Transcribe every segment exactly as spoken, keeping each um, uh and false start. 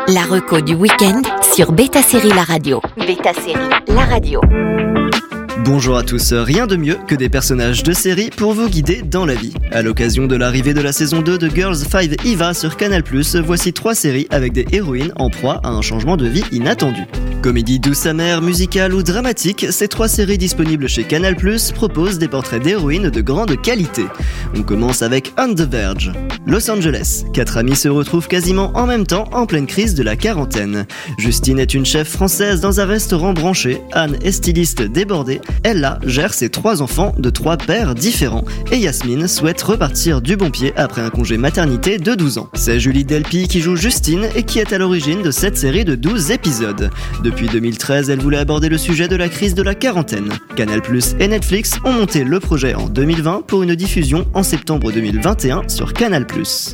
La reco du week-end sur Beta Série La Radio. Beta Série La Radio. Bonjour à tous, rien de mieux que des personnages de série pour vous guider dans la vie. À l'occasion de l'arrivée de la saison deux de Girls five Eva sur Canal plus, voici trois séries avec des héroïnes en proie à un changement de vie inattendu. Comédie douce amère, musicale ou dramatique, ces trois séries disponibles chez Canal plus proposent des portraits d'héroïnes de grande qualité. On commence avec On the Verge. Los Angeles, quatre amies se retrouvent quasiment en même temps en pleine crise de la quarantaine. Justine est une chef française dans un restaurant branché, Anne est styliste débordée, Ella gère ses trois enfants de trois pères différents et Yasmine souhaite repartir du bon pied après un congé maternité de douze ans. C'est Julie Delpy qui joue Justine et qui est à l'origine de cette série de douze épisodes. Depuis deux mille treize, elle voulait aborder le sujet de la crise de la quarantaine. Canal plus et Netflix ont monté le projet en deux mille vingt pour une diffusion en septembre deux mille vingt et un sur Canal plus.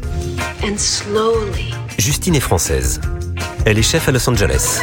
Justine est française. Elle est chef à Los Angeles.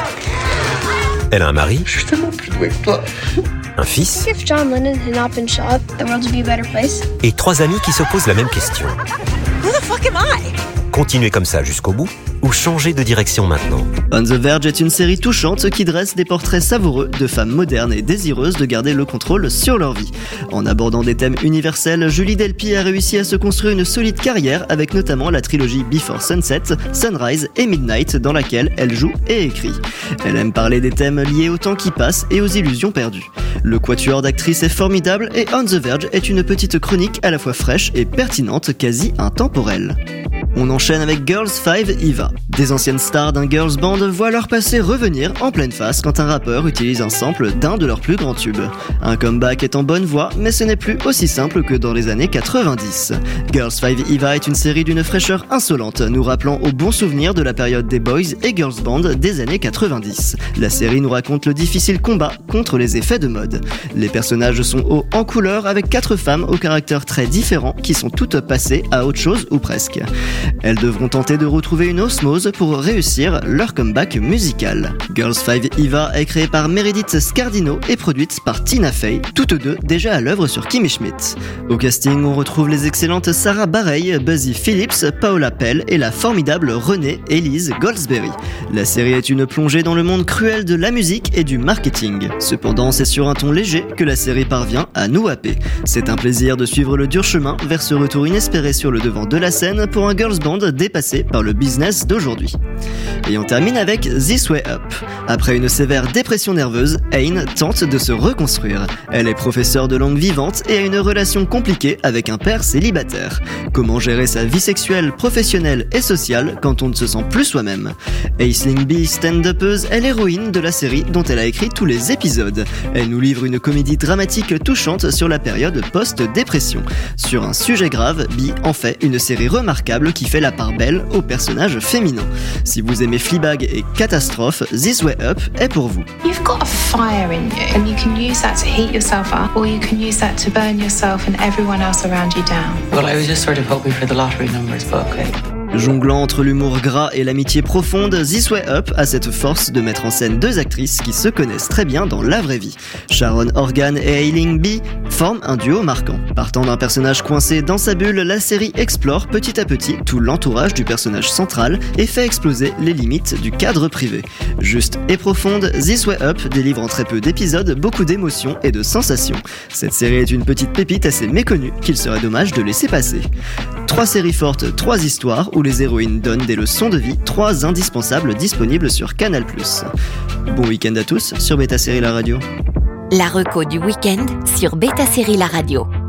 Elle a un mari. Je suis tellement plus doué que toi. Un fils. If John Lennon had not been shot, the world would be a better place. Et trois amis qui se posent la même question. Who the fuck am I? Continuer comme ça jusqu'au bout ou changer de direction maintenant? On the Verge est une série touchante qui dresse des portraits savoureux de femmes modernes et désireuses de garder le contrôle sur leur vie. En abordant des thèmes universels, Julie Delpy a réussi à se construire une solide carrière avec notamment la trilogie Before Sunset, Sunrise et Midnight dans laquelle elle joue et écrit. Elle aime parler des thèmes liés au temps qui passe et aux illusions perdues. Le quatuor d'actrices est formidable et On the Verge est une petite chronique à la fois fraîche et pertinente, quasi intemporelle. On enchaîne avec Girls five Eva. Des anciennes stars d'un girls band voient leur passé revenir en pleine face quand un rappeur utilise un sample d'un de leurs plus grands tubes. Un comeback est en bonne voie, mais ce n'est plus aussi simple que dans les années quatre-vingt-dix. Girls five Eva est une série d'une fraîcheur insolente, nous rappelant aux bons souvenirs de la période des boys et girls band des années quatre-vingt-dix. La série nous raconte le difficile combat contre les effets de mode. Les personnages sont hauts en couleur avec quatre femmes au caractère très différent qui sont toutes passées à autre chose ou presque. Elles devront tenter de retrouver une osmose pour réussir leur comeback musical. Girls five Eva est créée par Meredith Scardino et produite par Tina Fey, toutes deux déjà à l'œuvre sur Kimmy Schmidt. Au casting, on retrouve les excellentes Sarah Bareilles, Buzzy Phillips, Paola Pell et la formidable Renée Elise Goldsberry. La série est une plongée dans le monde cruel de la musique et du marketing. Cependant, c'est sur un ton léger que la série parvient à nous happer. C'est un plaisir de suivre le dur chemin vers ce retour inespéré sur le devant de la scène pour un girls band dépassé par le business d'aujourd'hui. Et on termine avec This Way Up. Après une sévère dépression nerveuse, Aine tente de se reconstruire. Elle est professeure de langue vivante et a une relation compliquée avec un père célibataire. Comment gérer sa vie sexuelle, professionnelle et sociale quand on ne se sent plus soi-même? Aisling Bea, stand-upeuse, est l'héroïne de la série dont elle a écrit tous les épisodes. Elle nous livre une comédie dramatique touchante sur la période post-dépression. Sur un sujet grave, Bea en fait une série remarquable qui fait la part belle aux personnages féminins. Si vous aimez Fleabag et Catastrophe, This Way Up est pour vous. You've got a fire in you and you can use that to heat yourself up or you can use that to burn yourself and everyone else around you down. Well, I was just sort of hoping for the lottery numbers, but okay. Jonglant entre l'humour gras et l'amitié profonde, This Way Up a cette force de mettre en scène deux actrices qui se connaissent très bien dans la vraie vie. Sharon Horgan et Aisling Bea forment un duo marquant. Partant d'un personnage coincé dans sa bulle, la série explore petit à petit tout l'entourage du personnage central et fait exploser les limites du cadre privé. Juste et profonde, This Way Up délivre en très peu d'épisodes beaucoup d'émotions et de sensations. Cette série est une petite pépite assez méconnue qu'il serait dommage de laisser passer. Trois séries fortes, trois histoires où les héroïnes donnent des leçons de vie, trois indispensables disponibles sur Canal plus. Bon week-end à tous sur Beta Série La Radio. La reco du week-end sur Beta Série La Radio.